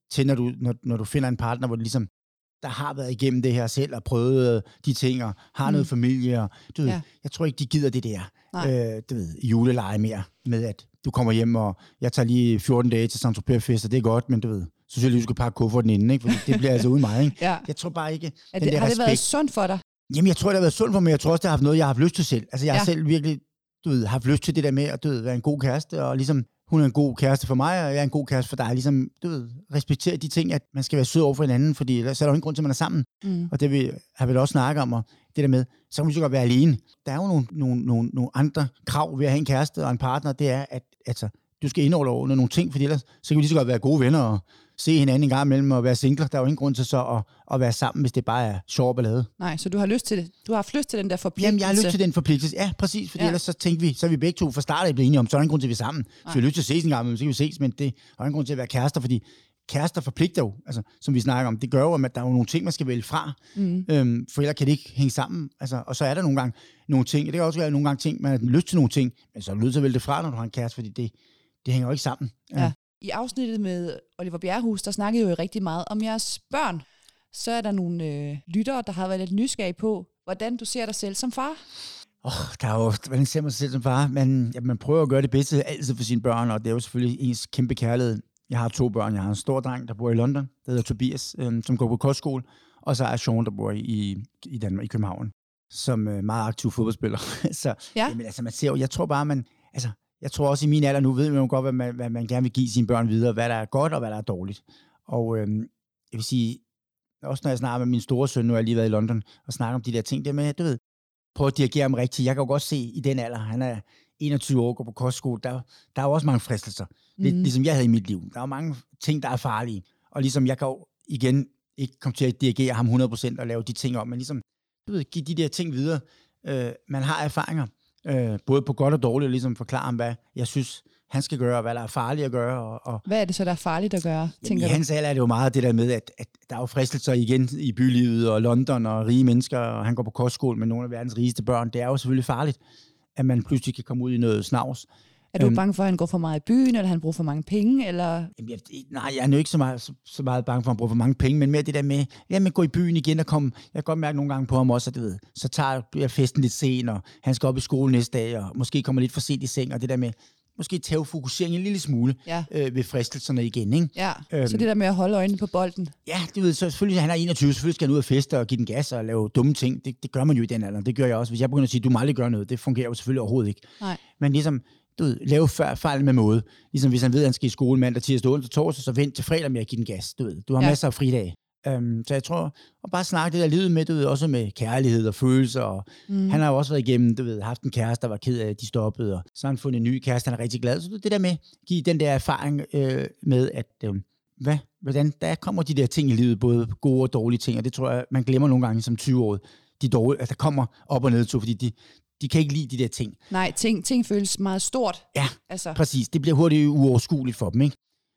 til, når du, når, når du finder en partner, hvor det ligesom, der har været igennem det her selv, og prøvet øh, de ting, og har mm. noget familie, og du ved, ja. jeg tror ikke, de gider det der, øh, du ved, juleleje mere, med at du kommer hjem, og jeg tager lige fjorten dage til Saint-Tropez-fest, og det er godt, men du ved, så synes jeg lige, du skal pakke kufferten inden, ikke? Fordi det bliver altså uden mig, ikke? ja. Jeg tror bare ikke, er det, den der har respekt. det været sundt for dig? Jamen, jeg tror, det har været sundt for mig, jeg tror også, det har haft noget, jeg har haft lyst til selv. Altså, jeg ja. har selv virkelig, du ved, haft lyst til det der med at, du ved, være en god kæreste, og ligesom, hun er en god kæreste for mig, og jeg er en god kæreste for dig. Ligesom, du ved, respektere de ting, at man skal være sød over for hinanden, fordi ellers er der jo ingen grund til, at man er sammen. Mm. Og det vi, har vi da også snakket om, og det der med, så kan man så godt være alene. Der er jo nogle, nogle, nogle, nogle andre krav ved at have en kæreste og en partner, det er, at altså, du skal indholde over nogle ting, fordi ellers så kan vi lige så godt være gode venner og se hinanden en gang imellem og være singler. Der er jo ingen grund til så at, at være sammen, hvis det bare er sjov ballade. Nej, så du har lyst til det. Du har haft lyst til den der forpligtelse. Jamen, jeg har lyst til den forpligtelse. Ja, præcis, fordi ja. ellers så tænkte vi, så er vi begge to fra start af blevet enige om, så er der ingen grund til, at vi er sammen. Så vi har lyst til at ses en gang, men så kan vi ses, men det er ingen grund til at være kærester, fordi kærester forpligter jo, altså, som vi snakker om. Det gør jo, at der er jo nogle ting, man skal vælge fra, mm. øhm, for ellers kan det ikke hænge sammen. Altså, og så er der nogle gange nogle ting, og det kan også være nogle gange ting, man har lyst til nogle ting, men så er du nødt til at vælge det fra, når du har en kæreste, fordi det, det hænger jo ikke sammen. Ja. Ja. I afsnittet med Oliver Bjerrehus, der snakkede jo rigtig meget om jeres børn. Så er der nogle øh, lyttere, der har været lidt nysgerrige på, hvordan du ser dig selv som far. Oh, der er jo, hvordan ser man sig selv som far? Man, ja, man prøver at gøre det bedste altid for sine børn, og det er jo selvfølgelig ens kæmpe kærlighed. Jeg har to børn. Jeg har en stor dreng, der bor i London, der hedder Tobias, øh, som går på kostskole, og så er Sean, der bor i, i Danmark, i København, som er meget aktiv fodboldspiller. så ja. jamen, altså, man ser jo, jeg tror bare, man, altså, jeg tror også i min alder nu, ved man jo godt, hvad man, hvad man gerne vil give sine børn videre, hvad der er godt og hvad der er dårligt. Og øhm, jeg vil sige, også når jeg snakker med min store søn, nu har jeg lige været i London, og snakker om de der ting, det med, du ved, prøve at dirigere ham rigtigt. Jeg kan jo godt se i den alder, han er enogtyve år, går på kostskole, der, der er jo også mange fristelser. Mm. Lidt ligesom jeg havde i mit liv. Der er jo mange ting, der er farlige. Og ligesom jeg kan jo igen ikke komme til at dirigere ham hundrede procent og lave de ting om, men ligesom, du ved, give de der ting videre. Øh, man har erfaringer. Øh, både på godt og dårligt, og ligesom forklare ham, hvad jeg synes, han skal gøre, og hvad der er farligt at gøre. Og, og hvad er det så, der er farligt at gøre, tænker du? I hans alder er det jo meget det der med, at, at der er jo fristelser igen i bylivet, og London, og rige mennesker, og han går på kostskole med nogle af verdens rigeste børn. Det er jo selvfølgelig farligt, at man pludselig kan komme ud i noget snavs. Er du øhm, bange for, at han går for meget i byen, eller han bruger for mange penge? Eller? Jamen, jeg, nej, jeg er jo ikke så meget, så, så meget bange for, at han bruger for mange penge, men mere det der med, ja, med gå i byen igen og komme. Jeg kan godt mærke nogle gange på ham også, at du ved, så tager jeg festen lidt sent, og han skal op i skole næste dag, og måske kommer lidt for sent i seng, og det der med, måske tage fokusering en lille smule ja. øh, ved fristelserne igen, ikke? Ja, øhm, så det der med at holde øjnene på bolden. Ja, du ved, så selvfølgelig, han er enogtyve, selvfølgelig skal han ud og feste og give den gas og lave dumme ting. Det, det gør man jo i den alder, det gør jeg også. Hvis jeg begynder at sige, du må aldrig gøre noget, det fungerer jo selvfølgelig overhovedet ikke. Nej. Men ligesom, du ved, lave fejl med måde. Ligesom hvis han ved, at han skal i skole mandag, tirsdag, onsdag, torsdag, så vent til fredag med at give den gas. Du ved, du har ja. masser af fridage. Um, så jeg tror, at bare snakke det der livet med, du ved, også med kærlighed og følelser. Og mm. Han har jo også været igennem, du ved, haft en kæreste, der var ked af, at de stoppede, og så har han fundet en ny kæreste, han er rigtig glad. Så det der med, give den der erfaring øh, med, at øh, hvad, hvordan, der kommer de der ting i livet, både gode og dårlige ting, og det tror jeg, man glemmer nogle gange som tyve-årige, de dårlige, at der kommer op og ned til, fordi de, de kan ikke lide de der ting. Nej, ting, ting føles meget stort. Ja, altså. Præcis. Det bliver hurtigt uoverskueligt for dem, ikke?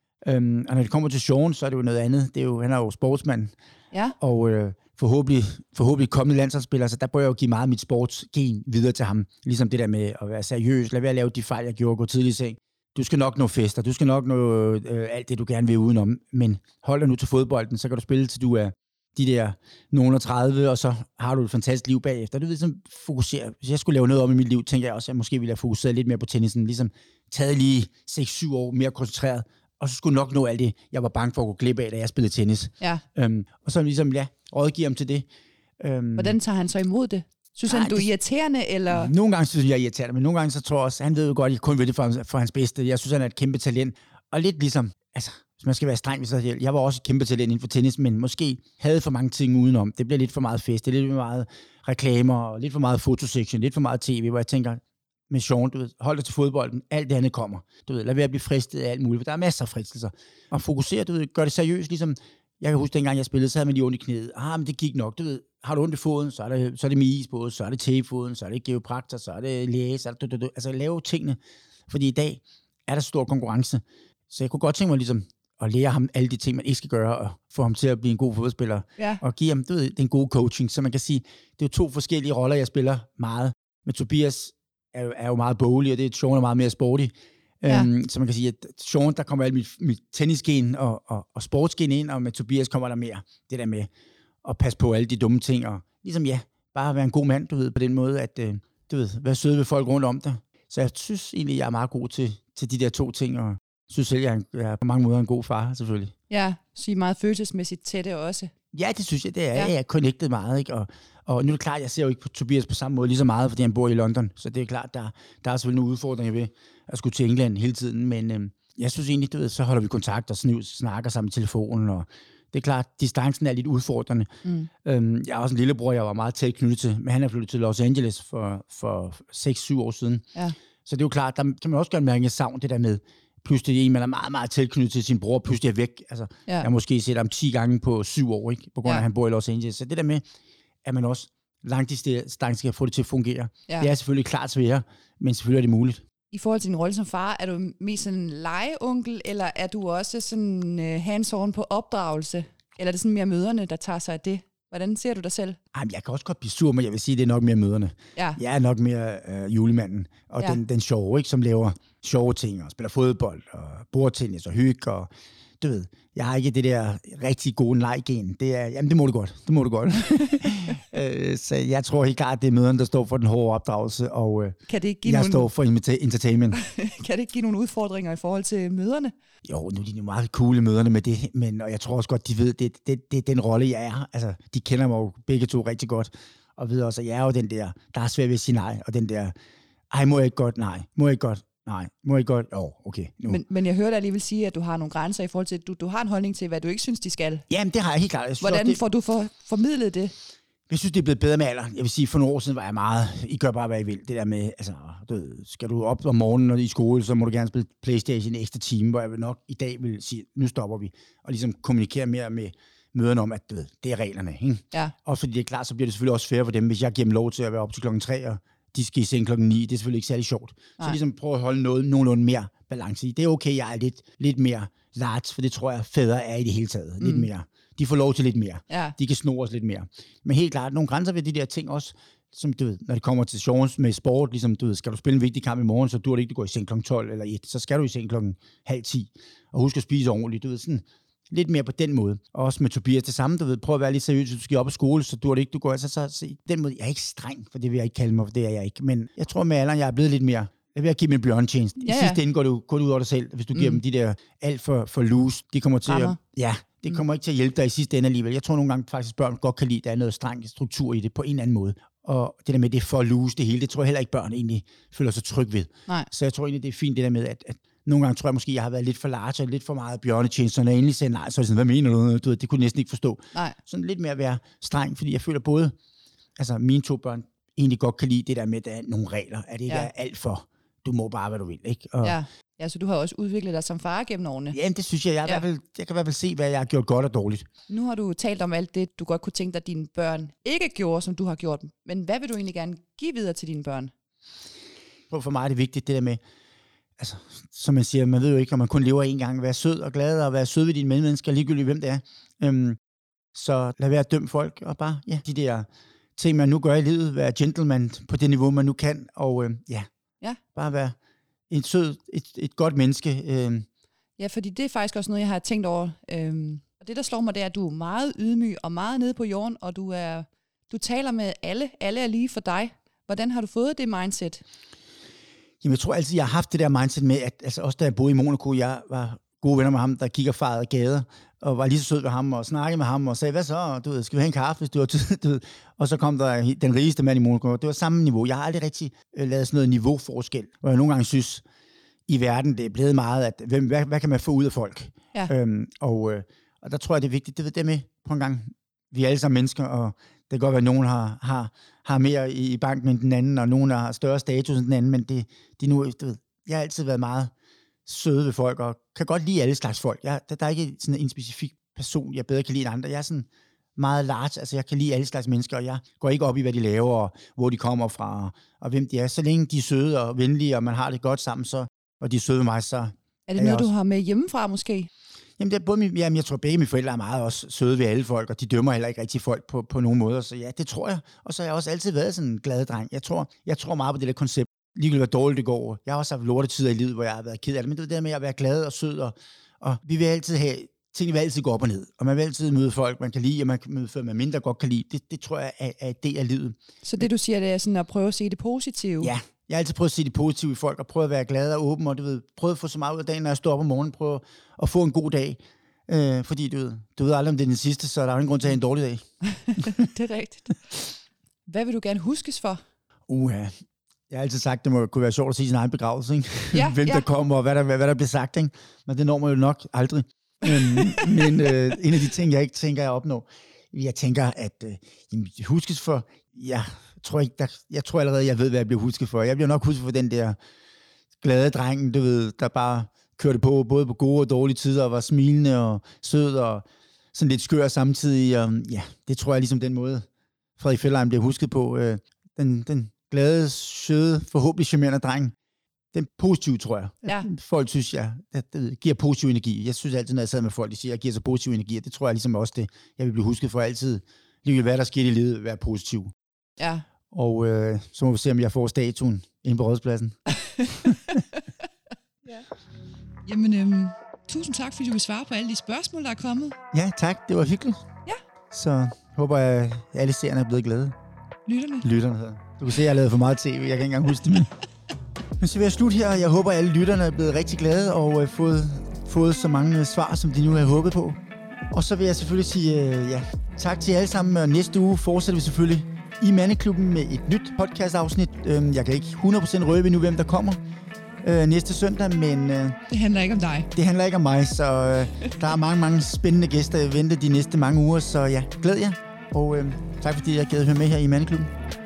Um, og når det kommer til Sean, så er det jo noget andet. Det er jo, han er jo sportsmand. Ja. Og øh, forhåbentlig, forhåbentlig kommende landsholdsspiller, så der bør jeg jo give meget af mit sportsgen videre til ham. Ligesom det der med at være seriøs. Lad være at lave de fejl, jeg gjorde, gå tidligt i seng. Du skal nok nå fester, du skal nok nå øh, alt det, du gerne vil udenom. Men hold dig nu til fodbolden, så kan du spille, til du er de der nogen og tredive, og så har du et fantastisk liv bagefter. Du ved, ligesom fokusere. Hvis jeg skulle lave noget om i mit liv, tænker jeg også, at jeg måske ville have fokuseret lidt mere på tennisen. Ligesom taget lige seks syv år mere koncentreret, og så skulle nok nå alt det, jeg var bange for at gå glip af, da jeg spillede tennis. Ja. Øhm, og så ligesom, ja, rådgive ham til det. Øhm, Hvordan tager han så imod det? Synes han, du er irriterende, eller? Nogle gange synes jeg, jeg er irriterende, men nogle gange så tror jeg også, han ved jo godt, at jeg kun vil det for, for hans bedste. Jeg synes, han er et kæmpe talent. Og lidt ligesom, altså, hvis man skal være streng ved sig selv. Jeg var også et kæmpe talent inden for tennis, men måske havde for mange ting udenom. Det bliver lidt for meget fest, det er lidt for meget reklamer, og lidt for meget fotosektion, lidt for meget tv, hvor jeg tænker, med Sean, du ved, hold dig til fodbolden, alt det andet kommer. Du ved, lad være at blive fristet af alt muligt, for der er masser af fristelser. Og fokusere, du ved, gør det seriøst, ligesom, jeg kan huske, dengang jeg spillede, så havde man lige ondt i knæet. Ah, men det gik nok, du ved, har du ondt i foden, så er det, så er det misbåd, så er det tapefoden, så er det geopraktor, så er det læge, så er det, du, du, du. Altså lave tingene, fordi i dag er der stor konkurrence. Så jeg kunne godt tænke mig ligesom, at lære ham alle de ting, man ikke skal gøre, og få ham til at blive en god fodboldspiller, ja. Og give ham, du ved, den gode coaching, så man kan sige, det er jo to forskellige roller, jeg spiller meget. Med Tobias er jo, er jo meget boglig, og det er Sean er meget mere sporty. Ja. Øhm, så man kan sige, at Sean, der kommer alt mit, mit tennisgen og, og, og sportsgen ind, og med Tobias kommer der mere. Det der med at passe på alle de dumme ting, og ligesom ja, bare være en god mand, du ved, på den måde, at øh, du ved, være sød ved folk rundt om dig. Så jeg synes egentlig, jeg er meget god til, til de der to ting, og synes selv, jeg er, en, jeg er på mange måder en god far, selvfølgelig. Ja, så I er meget følelsesmæssigt tætte også. Ja, det synes jeg, det er. Ja. Jeg er connected meget, ikke? Og, og nu er det klart, jeg ser jo ikke på Tobias på samme måde lige så meget, fordi han bor i London. Så det er klart, der, der er selvfølgelig nogle udfordringer ved at skulle til England hele tiden. Men øhm, jeg synes egentlig, du ved, så holder vi kontakt og sniv, snakker sammen i telefonen. Og det er klart, distancen er lidt udfordrende. Mm. Øhm, jeg har også en lillebror, jeg var meget tæt knyttet til, men han er flyttet til Los Angeles for, for seks syv år siden. Ja. Så det er jo klart, der kan man også gerne mærke et savn, det der med, pludselig en, man er meget, meget tilknyttet til sin bror, pludselig er væk. Altså, ja. Jeg har måske set ham ti gange på syv år, ikke? På grund af, ja. at han bor i Los Angeles. Så det der med, at man også langdistance skal få det til at fungere, ja. det er selvfølgelig klart sværere, men selvfølgelig er det muligt. I forhold til din rolle som far, er du mest sådan en legeonkel, eller er du også sådan uh, hands-on på opdragelse? Eller er det sådan mere mødrene, der tager sig af det? Hvordan ser du dig selv? Jamen, jeg kan også godt blive sur, men jeg vil sige, at det er nok mere mødrene. Ja. Jeg er nok mere øh, julemanden, og ja. den, den sjove, ikke, som laver sjove ting, og spiller fodbold, og bordtennis, og hygge, og du ved, jeg har ikke det der rigtig gode leggen. Det er, jamen, det må du godt. Det må du godt. øh, så jeg tror helt klart, at det er mødrene, der står for den hårde opdragelse, og øh, kan det ikke give jeg nogle... står for entertainment. Kan det ikke give nogle udfordringer i forhold til mødrene? Jo, nu er de jo meget coole møderne med det, men og jeg tror også godt, de ved, det, det, det er den rolle, jeg er. Altså, de kender mig jo begge to rigtig godt, og ved også, at jeg er jo den der, der er svært ved at sige nej, og den der, ej, må jeg ikke godt, nej, må jeg ikke godt, nej, må jeg ikke godt, åh, oh, okay. Nu. Men, men jeg hører dig alligevel sige, at du har nogle grænser i forhold til, at du, du har en holdning til, hvad du ikke synes, de skal. Jamen, det har jeg helt klart. Jeg synes, Hvordan det, får du for, formidlet det? Jeg synes, det er blevet bedre med alder. Jeg vil sige, for nogle år siden var jeg meget, I gør bare, hvad I vil. Det der med, altså, du ved, skal du op om morgenen, når du er i skole, så må du gerne spille PlayStation en ekstra time, hvor jeg vil nok i dag vil sige, nu stopper vi, og ligesom kommunikere mere med møderne om, at du ved, det er reglerne. Ikke? Ja. Også fordi det er klart, så bliver det selvfølgelig også fair for dem, hvis jeg giver dem lov til at være op til klokken tre, og de skal i seng klokken ni. Det er selvfølgelig ikke særlig sjovt. Nej. Så ligesom prøve at holde noget nogenlunde mere balance i. Det er okay, jeg er lidt, lidt mere large, for det tror jeg, fædre er i det hele taget. Mm. Lidt mere. De får lov til lidt mere. Ja. De kan snore os lidt mere. Men helt klart, nogle grænser ved de der ting også, som du ved, når det kommer til sjovens med sport, ligesom du ved, skal du spille en vigtig kamp i morgen, så dur det ikke, du går i seng klokken tolv eller et, så skal du i seng klokken halv ti, og husk at spise ordentligt, du ved, sådan lidt mere på den måde. Og også med Tobias det samme, du ved, prøv at være lidt seriøs, hvis du skal op på skole, så dur det ikke, du går, altså så, så den måde, jeg er ikke streng, for det vil jeg ikke kalde mig, for det er jeg ikke, men jeg tror med alderen, jeg er blevet lidt mere, jeg vil at give min bjørnetjeneste. I ja, ja. sidste ende går du, går du ud over dig selv, hvis du mm. giver dem de der alt for, for loose, de kommer til Rammer. at, ja, det kommer ikke til at hjælpe dig i sidste ende alligevel. Jeg tror nogle gange faktisk, børn godt kan lide, at der er noget streng struktur i det på en eller anden måde. Og det der med, det er for loose det hele, det tror jeg heller ikke, børn egentlig føler sig tryg ved. Nej. Så jeg tror egentlig, det er fint det der med, at, at nogle gange tror jeg måske, jeg har været lidt for large og lidt for meget bjørnetjeneste, så når jeg endelig sagde nej, så er det sådan, hvad mener du? du ved, det kunne jeg næsten ikke forstå. Nej. Sådan lidt mere at være streng, fordi jeg føler både, altså mine to børn egentlig godt kan lide det der med, at der er nogle regler, at det ikke ja. er alt for, du må bare, hvad du vil. Ikke? Og, ja. Ja, så du har også udviklet dig som far gennem årene. Jamen, det synes jeg. Jeg, ja. hvert fald, jeg kan i hvert fald se, hvad jeg har gjort godt og dårligt. Nu har du talt om alt det, du godt kunne tænke dig, at dine børn ikke gjorde, som du har gjort. Men hvad vil du egentlig gerne give videre til dine børn? For mig er det vigtigt, det der med, altså, som man siger, man ved jo ikke, om man kun lever en gang. Være sød og glad og være sød ved dine medmennesker, ligegyldigt hvem det er. Øhm, så lad være at dømme folk, og bare, ja, de der ting, man nu gør i livet, være gentleman på det niveau, man nu kan, og øh, ja, ja, bare være et sød, et, et godt menneske. Øh. Ja, fordi det er faktisk også noget, jeg har tænkt over. Øhm, og det, der slår mig, det er, at du er meget ydmyg og meget nede på jorden, og du er, du taler med alle. Alle er lige for dig. Hvordan har du fået det mindset? Jamen, jeg tror altid, jeg har haft det der mindset med, at altså, også da jeg boede i Monaco, jeg var gode venner med ham, der gik og farede gader, og var lige så sød ved ham, og snakkede med ham, og sagde, hvad så? Du ved, skal vi have en kaffe, hvis du har tid? Du ved. Og så kom der den rigeste mand i Monaco. Det var samme niveau. Jeg har aldrig rigtig uh, lavet sådan noget niveauforskel, hvor jeg nogle gange synes, i verden, det er blevet meget, at hvem, hvad, hvad kan man få ud af folk? Ja. Øhm, og, øh, og der tror jeg, det er vigtigt. Det ved det med på en gang. Vi er alle sammen mennesker, og det kan godt være, at nogen har, har, har mere i, i banken end den anden, og nogen har større status end den anden, men det, de nu, du ved, jeg har altid været meget søde ved folk, og kan godt lide alle slags folk. Jeg, der, der er ikke sådan en specifik person, jeg bedre kan lide end andre. Jeg er sådan meget large, altså jeg kan lide alle slags mennesker, og jeg går ikke op i, hvad de laver, og hvor de kommer fra, og, og hvem de er. Så længe de er søde og venlige, og man har det godt sammen, så, og de er søde med mig, så er det er noget, du har med hjemmefra måske? Jamen, det er både min, jamen, jeg tror, begge mine forældre er meget også søde ved alle folk, og de dømmer heller ikke rigtig folk på, på nogen måder, så ja, det tror jeg. Og så har jeg også altid været sådan en glad dreng. Jeg tror, jeg tror meget på det der koncept, ligegyldigt hvor dårligt det går. Jeg har også haft lortetider i livet, hvor jeg har været ked af det, men det er det der med at være glad og sød, og, og vi vil altid have, tingene vil altid gå op og ned, og man vil altid møde folk, man kan lide, og man kan møde folk, man mindre godt kan lide. Det, det tror jeg er, er det af livet. Så det, du siger, det er sådan at prøve at se det positive? Ja, jeg har altid prøvet at se det positive i folk, og prøve at være glad og åben, og du ved, prøve at få så meget ud af dagen, når jeg står op om morgenen, prøve at få en god dag. Øh, fordi du ved, du ved aldrig, om det er den sidste, så der er ingen grund til at have en dårlig dag. Det er rigtigt. Hvad vil du gerne huskes for? Uha, jeg har altid sagt, det må kunne være sjovt at se sin egen begravelse, ikke? Ja, Hvem ja. der kommer, og hvad der, hvad, hvad der bliver sagt, ikke? Men det når man jo nok aldrig. øhm, men øh, en af de ting, jeg ikke tænker, jeg opnår, jeg tænker, at øh, jamen, huskes for, jeg tror, ikke, der, jeg tror allerede, jeg ved, hvad jeg bliver husket for. Jeg bliver nok husket for den der glade dreng, du ved, der bare kørte på, både på gode og dårlige tider, og var smilende og sød, og sådan lidt skør samtidig. Og, ja, det tror jeg ligesom den måde, Frederik Fjellereim bliver husket på. Øh, den, den glade, søde, forhåbentlig charmerende dreng. Den positive, tror jeg. Ja. Folk synes, jeg det, det giver positiv energi. Jeg synes altid, når jeg sidder med folk, de siger, at jeg giver så positiv energi, og det tror jeg ligesom også det, jeg vil blive husket for altid. Lige hvad der sker i livet, være positiv. Ja. Og øh, så må vi se, om jeg får statuen inde på Rådspladsen. Ja. Jamen, øhm, tusind tak, fordi du vil svare på alle de spørgsmål, der er kommet. Ja, tak. Det var hyggeligt. Ja. Så håber jeg, at alle seerne er blevet glade. Lytterne. Lytterne hedder. Du kan se, at jeg har lavet for meget tv. Jeg kan ikke engang huske det. Men, men så vil jeg slutte her. Jeg håber, at alle lytterne er blevet rigtig glade og øh, fået, fået så mange svar, som de nu har håbet på. Og så vil jeg selvfølgelig sige øh, ja, tak til jer alle sammen. Og næste uge fortsætter vi selvfølgelig i Mandeklubben med et nyt podcast-afsnit. Øh, jeg kan ikke hundrede procent røbe nu, hvem der kommer øh, næste søndag, men øh, Det handler ikke om dig. det handler ikke om mig, så øh, der er mange, mange spændende gæster, jeg venter de næste mange uger. Så ja, glæd jer. Og øh, tak fordi jeg gad høre med her i Mandeklubben.